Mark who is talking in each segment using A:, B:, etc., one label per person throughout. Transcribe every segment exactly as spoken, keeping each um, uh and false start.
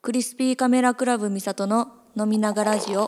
A: クリスピーカメラクラブミサトの飲みながラジオ。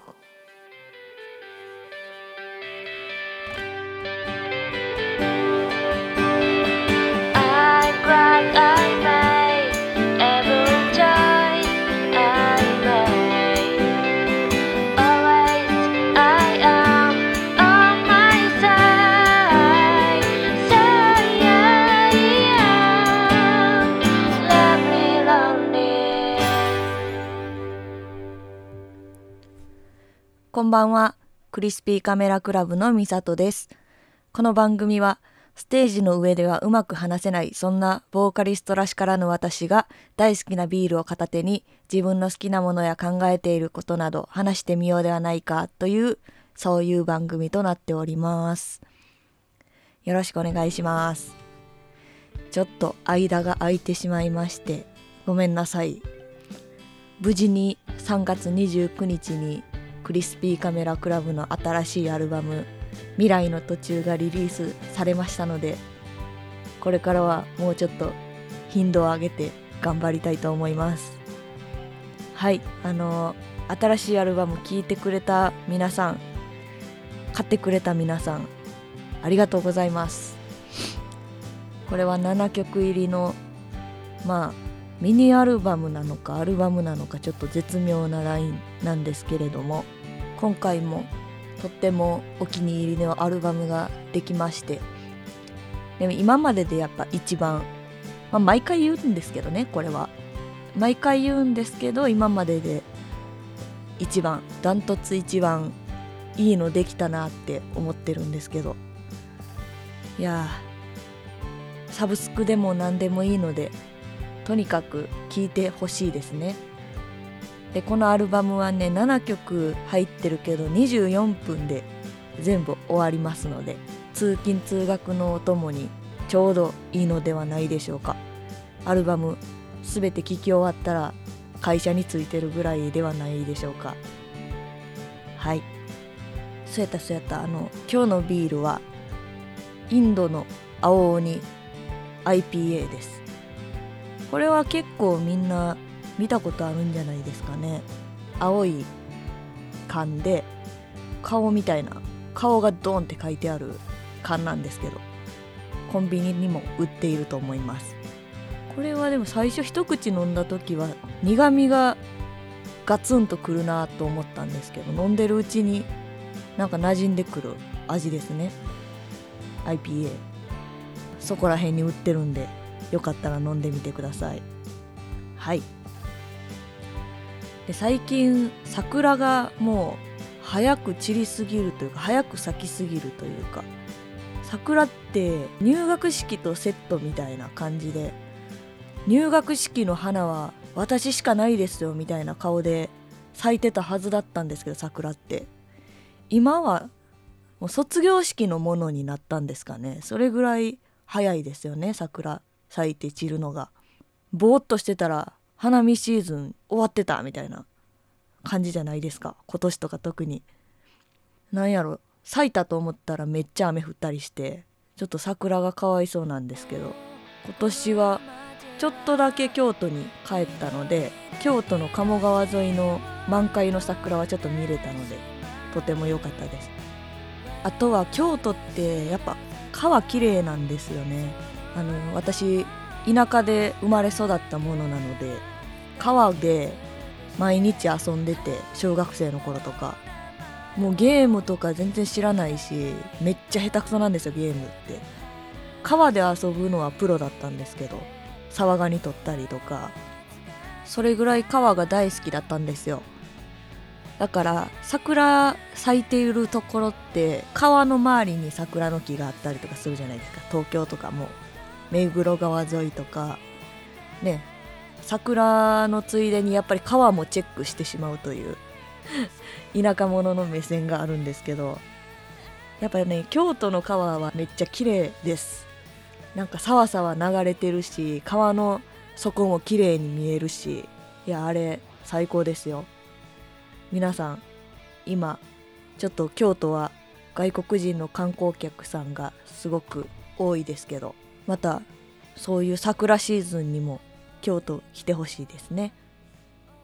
A: こんばんは、クリスピーカメラクラブのミサトです。この番組はステージの上ではうまく話せない、そんなボーカリストらしからぬ私が大好きなビールを片手に自分の好きなものや考えていることなど話してみようではないかという、そういう番組となっております。よろしくお願いします。ちょっと間が空いてしまいましてごめんなさい。無事にさんがつにじゅうくにちにクリスピーカメラクラブの新しいアルバム未来の途中がリリースされましたので、これからはもうちょっと頻度を上げて頑張りたいと思います。はい、あの新しいアルバム聴いてくれた皆さん、買ってくれた皆さん、ありがとうございます。これはななきょく入りのまあミニアルバムなのかアルバムなのかちょっと絶妙なラインなんですけれども、今回もとってもお気に入りのアルバムができまして、でも今まででやっぱ一番、まあ、毎回言うんですけどね、これは毎回言うんですけど今までで一番、ダントツ一番いいのできたなって思ってるんですけど、いやサブスクでも何でもいいのでとにかく聴いてほしいですね。でこのアルバムはねななきょく入ってるけどにじゅうよんぷんで全部終わりますので、通勤通学のお供にちょうどいいのではないでしょうか。アルバムすべて聴き終わったら会社に着いてるぐらいではないでしょうか。はい、そうやったそうやったあの今日のビールはインドの青鬼 アイピーエー です。これは結構みんな見たことあるんじゃないですかね。青い缶で顔みたいな、顔がドーンって書いてある缶なんですけど、コンビニにも売っていると思います。これはでも最初一口飲んだ時は苦味がガツンとくるなと思ったんですけど、飲んでるうちになんか馴染んでくる味ですね。 アイピーエー そこら辺に売ってるんでよかったら飲んでみてください。はい。で最近桜がもう早く散りすぎるというか早く咲きすぎるというか、桜って入学式とセットみたいな感じで、入学式の花は私しかないですよみたいな顔で咲いてたはずだったんですけど、桜って今はもう卒業式のものになったんですかね。それぐらい早いですよね、桜咲いて散るのが。ぼーっとしてたら花見シーズン終わってたみたいな感じじゃないですか、今年とか特に。なんやろ、咲いたと思ったらめっちゃ雨降ったりして、ちょっと桜がかわいそうなんですけど、今年はちょっとだけ京都に帰ったので、京都の鴨川沿いの満開の桜はちょっと見れたのでとても良かったです。あとは京都ってやっぱ川綺麗なんですよね。あの私田舎で生まれ育ったものなので、川で毎日遊んでて、小学生の頃とかもうゲームとか全然知らないし、めっちゃ下手くそなんですよゲームって。川で遊ぶのはプロだったんですけど、サワガニ取ったりとか、それぐらい川が大好きだったんですよ。だから桜咲いているところって川の周りに桜の木があったりとかするじゃないですか。東京とかも目黒川沿いとかね、桜のついでにやっぱり川もチェックしてしまうという田舎者の目線があるんですけど、やっぱりね京都の川はめっちゃ綺麗です。なんかさわさわ流れてるし、川の底も綺麗に見えるし、いやあれ最高ですよ。皆さん今ちょっと京都は外国人の観光客さんがすごく多いですけど、またそういう桜シーズンにも京都来てほしいですね。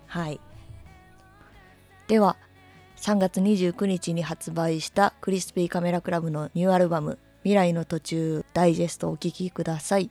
A: はい。ではさんがつにじゅうくにちに発売したクリスピーカメラクラブのニューアルバム未来の途中ダイジェストをお聴きください。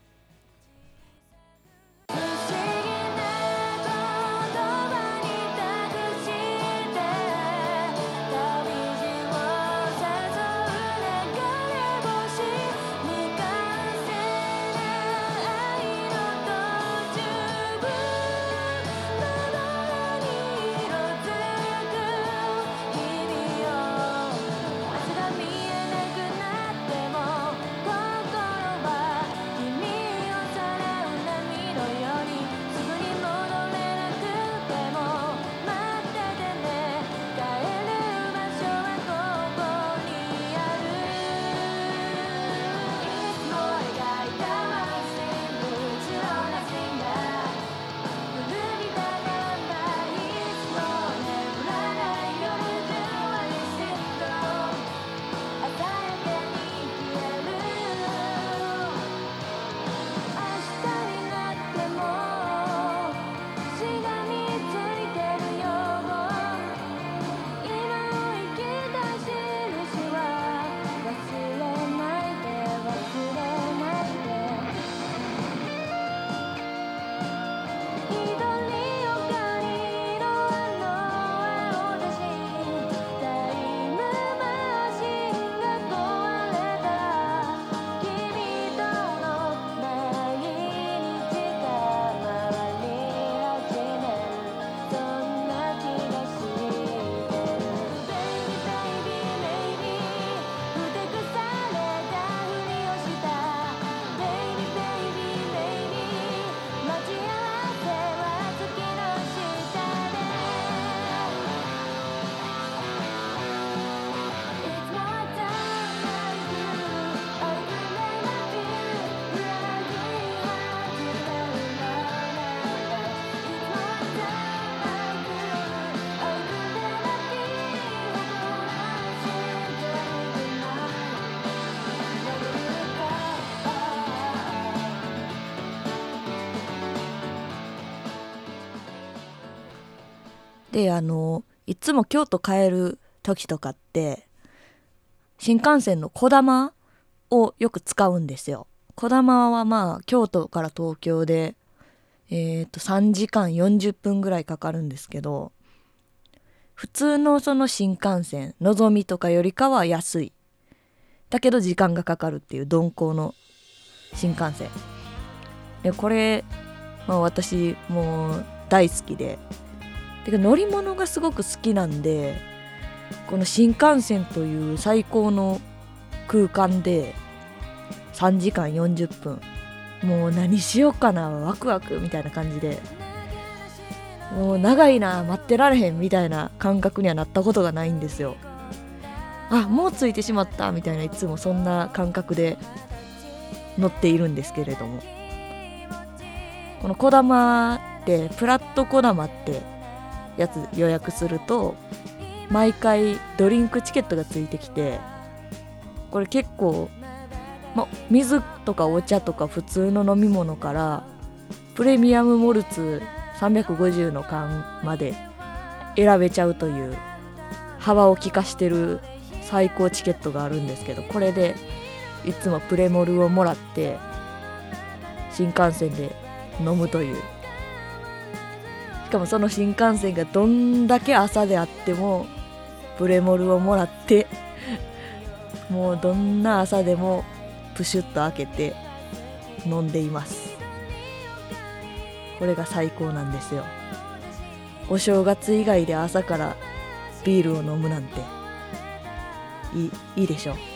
A: であのいつも京都帰る時とかって新幹線のこだまをよく使うんですよ。こだまはまあ京都から東京でえーとさんじかんよんじゅっぷんぐらいかかるんですけど、普通のその新幹線のぞみとかよりかは安いだけど時間がかかるっていう鈍行の新幹線で、これ、まあ、私もう大好きで、てか乗り物がすごく好きなんで、この新幹線という最高の空間でさんじかんよんじゅっぷん、もう何しようかなワクワクみたいな感じで、もう長いな待ってられへんみたいな感覚にはなったことがないんですよ。あ、もう着いてしまったみたいな、いつもそんな感覚で乗っているんですけれども、このこだまってプラットこだまってやつ予約すると毎回ドリンクチケットがついてきて、これ結構、ま、水とかお茶とか普通の飲み物からプレミアムモルツさんびゃくごじゅうの缶まで選べちゃうという幅を利かしてる最高チケットがあるんですけど、これでいつもプレモルをもらって新幹線で飲むという、しかもその新幹線がどんだけ朝であってもプレモルをもらってもうどんな朝でもプシュッと開けて飲んでいます。これが最高なんですよ。お正月以外で朝からビールを飲むなんてい い, いいでしょ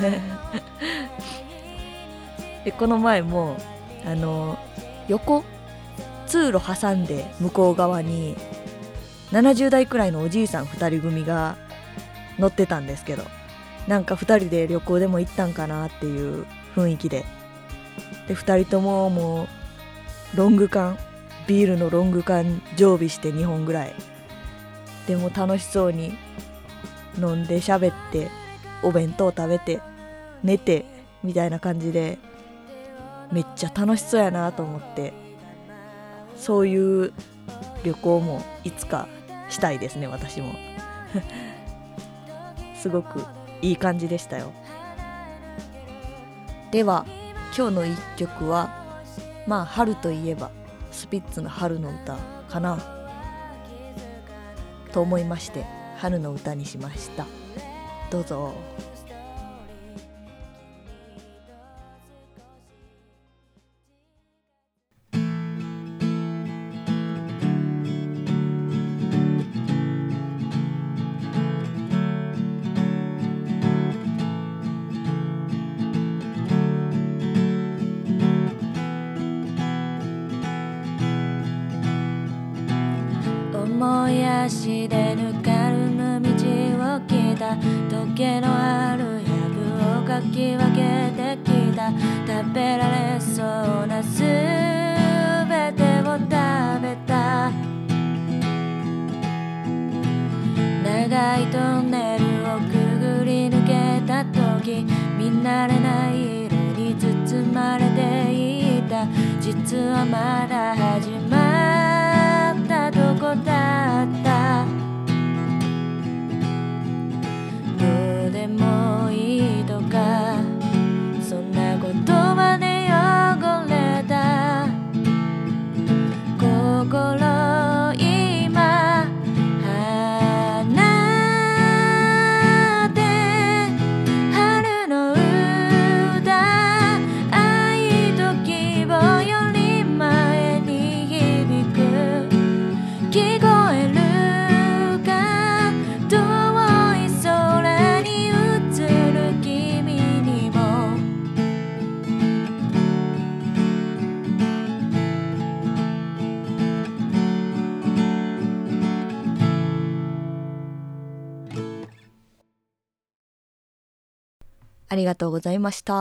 A: でこの前もあの横通路挟んで向こう側にななじゅうだいくらいのおじいさんふたり組が乗ってたんですけど、なんかふたりで旅行でも行ったんかなっていう雰囲気で、でふたりとももうロング缶ビールのロング缶常備してにほんぐらいでも楽しそうに飲んで喋ってお弁当食べて寝てみたいな感じで、めっちゃ楽しそうやなと思って、そういう旅行もいつかしたいですね。私もすごくいい感じでしたよ。では今日の一曲はまあ春といえばスピッツの春の歌かなと思いまして春の歌にしました。どうぞ。
B: 思い足でぬかるむ道を来た時計のある藪をかき分けてきた食べられそうなすべてを食べた長いトンネルをくぐり抜けた時見慣れない色に包まれていた実はまだ始まったとこだったどうでもいいとかそんな言葉で汚れた心今放って春の歌愛と希望より前に響く聞こえるか遠い空に映る君にも
A: ありがとうございました。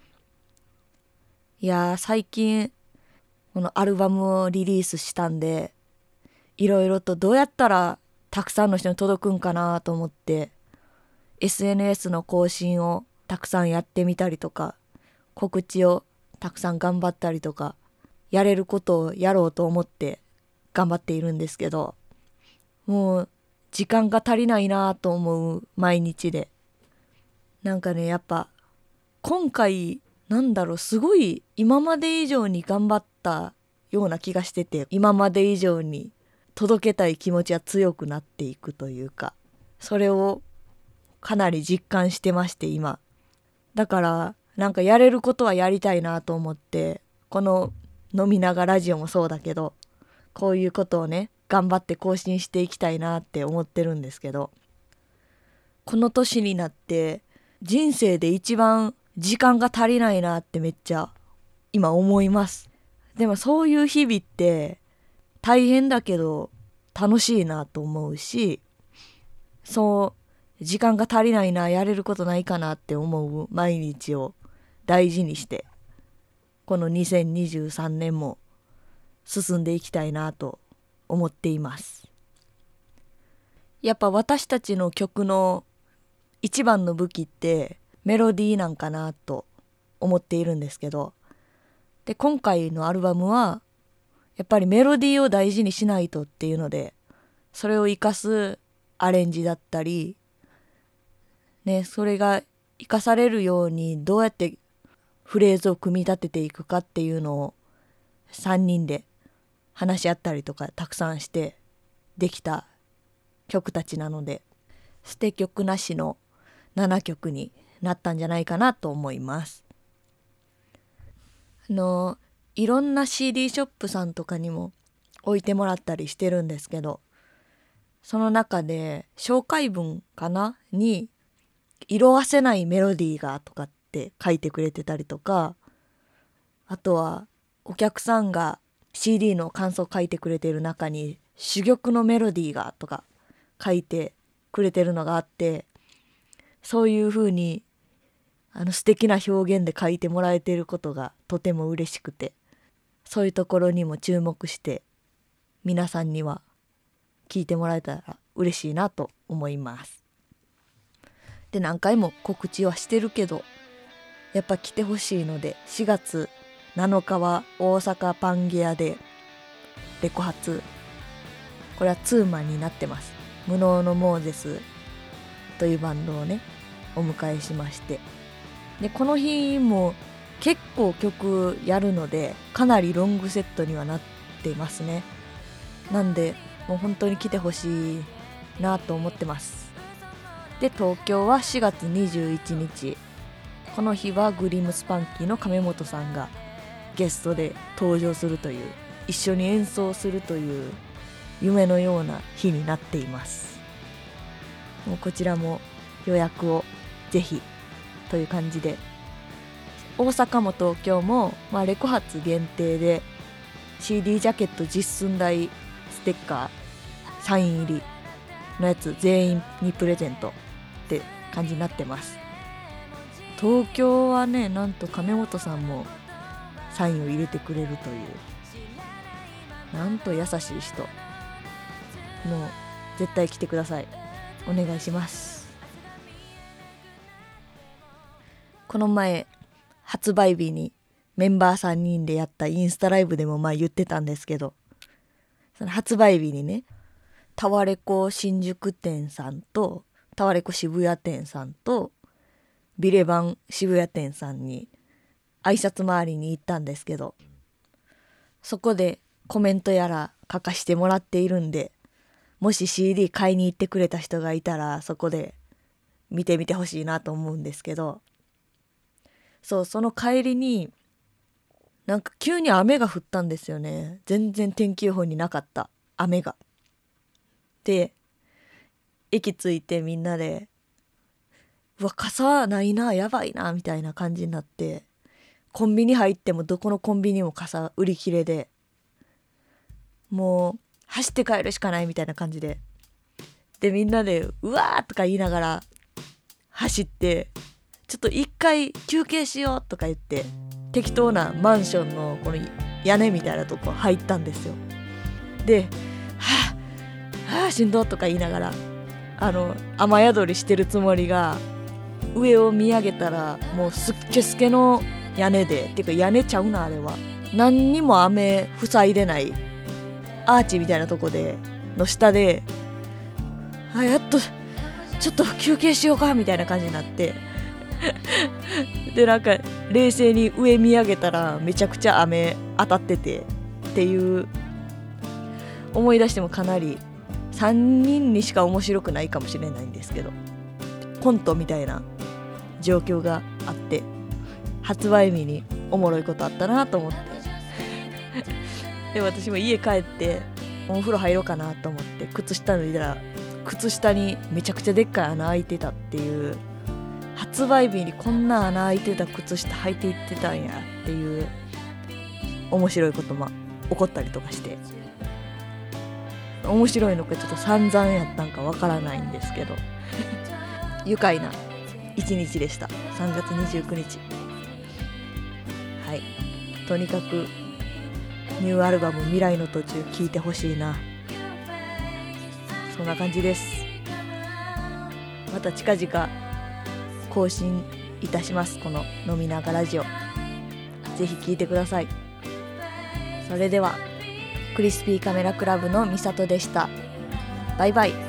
A: いやー最近このアルバムをリリースしたんでいろいろとどうやったらたくさんの人に届くんかなと思って エスエヌエス の更新をたくさんやってみたりとか告知をたくさん頑張ったりとかやれることをやろうと思って頑張っているんですけどもう時間が足りないなと思う毎日でなんかねやっぱ今回なんだろうすごい今まで以上に頑張ったような気がしてて今まで以上に届けたい気持ちは強くなっていくというかそれをかなり実感してまして今だからなんかやれることはやりたいなと思ってこの飲みながらラジオもそうだけどこういうことをね頑張って更新していきたいなって思ってるんですけどこの年になって人生で一番時間が足りないなってめっちゃ今思います。でもそういう日々って大変だけど楽しいなと思うしそう時間が足りないなやれることないかなって思う毎日を大事にしてこのにせんにじゅうさんねんも進んでいきたいなと思っています。やっぱ私たちの曲の一番の武器ってメロディーなんかなと思っているんですけどで今回のアルバムはやっぱりメロディーを大事にしないとっていうのでそれを生かすアレンジだったりねそれが生かされるようにどうやってフレーズを組み立てていくかっていうのをさんにんで話し合ったりとかたくさんしてできた曲たちなので捨て曲なしのななきょくになったんじゃないかなと思います。あのいろんな シーディー ショップさんとかにも置いてもらったりしてるんですけどその中で紹介文かなに色褪せないメロディーがとかって書いてくれてたりとかあとはお客さんが シーディー の感想書いてくれてる中に珠玉のメロディーがとか書いてくれてるのがあってそういう風にあの素敵な表現で書いてもらえていることがとても嬉しくてそういうところにも注目して皆さんには聞いてもらえたら嬉しいなと思います。で何回も告知はしてるけどやっぱ来てほしいのでしがつなのかは大阪パンゲアでレコ発これはツーマンになってます。無能のモーゼスというバンドをねお迎えしまして、でこの日も結構曲やるのでかなりロングセットにはなっていますね。なんでもう本当に来てほしいなと思ってます。で東京はしがつにじゅういちにち、この日はグリムスパンキーの亀本さんがゲストで登場するという、一緒に演奏するという夢のような日になっています。もうこちらも予約をぜひという感じで、大阪も東京も、まあ、レコ発限定で シーディー ジャケット実寸大ステッカーサイン入りのやつ全員にプレゼントって感じになってます。東京はね、なんと亀本さんもサインを入れてくれるという、なんと優しい人。もう絶対来てください。お願いします。この前発売日にメンバーさんにんでやったインスタライブでもまあ言ってたんですけど、その発売日にね、タワレコ新宿店さんとタワレコ渋谷店さんとビレバン渋谷店さんに挨拶回りに行ったんですけど、そこでコメントやら書かしてもらっているんで、もし シーディー 買いに行ってくれた人がいたらそこで見てみてほしいなと思うんですけど、そう、その帰りになんか急に雨が降ったんですよね。全然天気予報になかった雨が。で駅着いてみんなで、うわ傘ないな、やばいなみたいな感じになって、コンビニ入ってもどこのコンビニも傘売り切れで、もう走って帰るしかないみたいな感じで、でみんなでうわーとか言いながら走って、ちょっと一回休憩しようとか言って適当なマンションのこの屋根みたいなとこ入ったんですよ。ではぁ、はぁしんどとか言いながら、あの雨宿りしてるつもりが上を見上げたらもうすっけすけの屋根で、っていうか屋根ちゃうな、あれは何にも雨塞いでないアーチみたいなとこでの下で、あやっとちょっと休憩しようかみたいな感じになってでなんか冷静に上見上げたらめちゃくちゃ雨当たっててっていう、思い出してもかなりさんにんにしか面白くないかもしれないんですけど、コントみたいな状況があって、発売日におもろいことあったなと思ってで私も家帰ってお風呂入ろうかなと思って靴下脱いだら、靴下にめちゃくちゃでっかい穴開いてたっていう、発売日にこんな穴開いてた靴下履いていってたんやっていう面白いことも起こったりとかして、面白いのかちょっと散々やったんかわからないんですけど愉快な一日でした。さんがつにじゅうくにち、はい、とにかくニューアルバム未来の途中聴いてほしいな、そんな感じです。また近々更新いたします。この飲みながラジオぜひ聴いてください。それではクリスピーカメラクラブのみさとでした。バイバイ。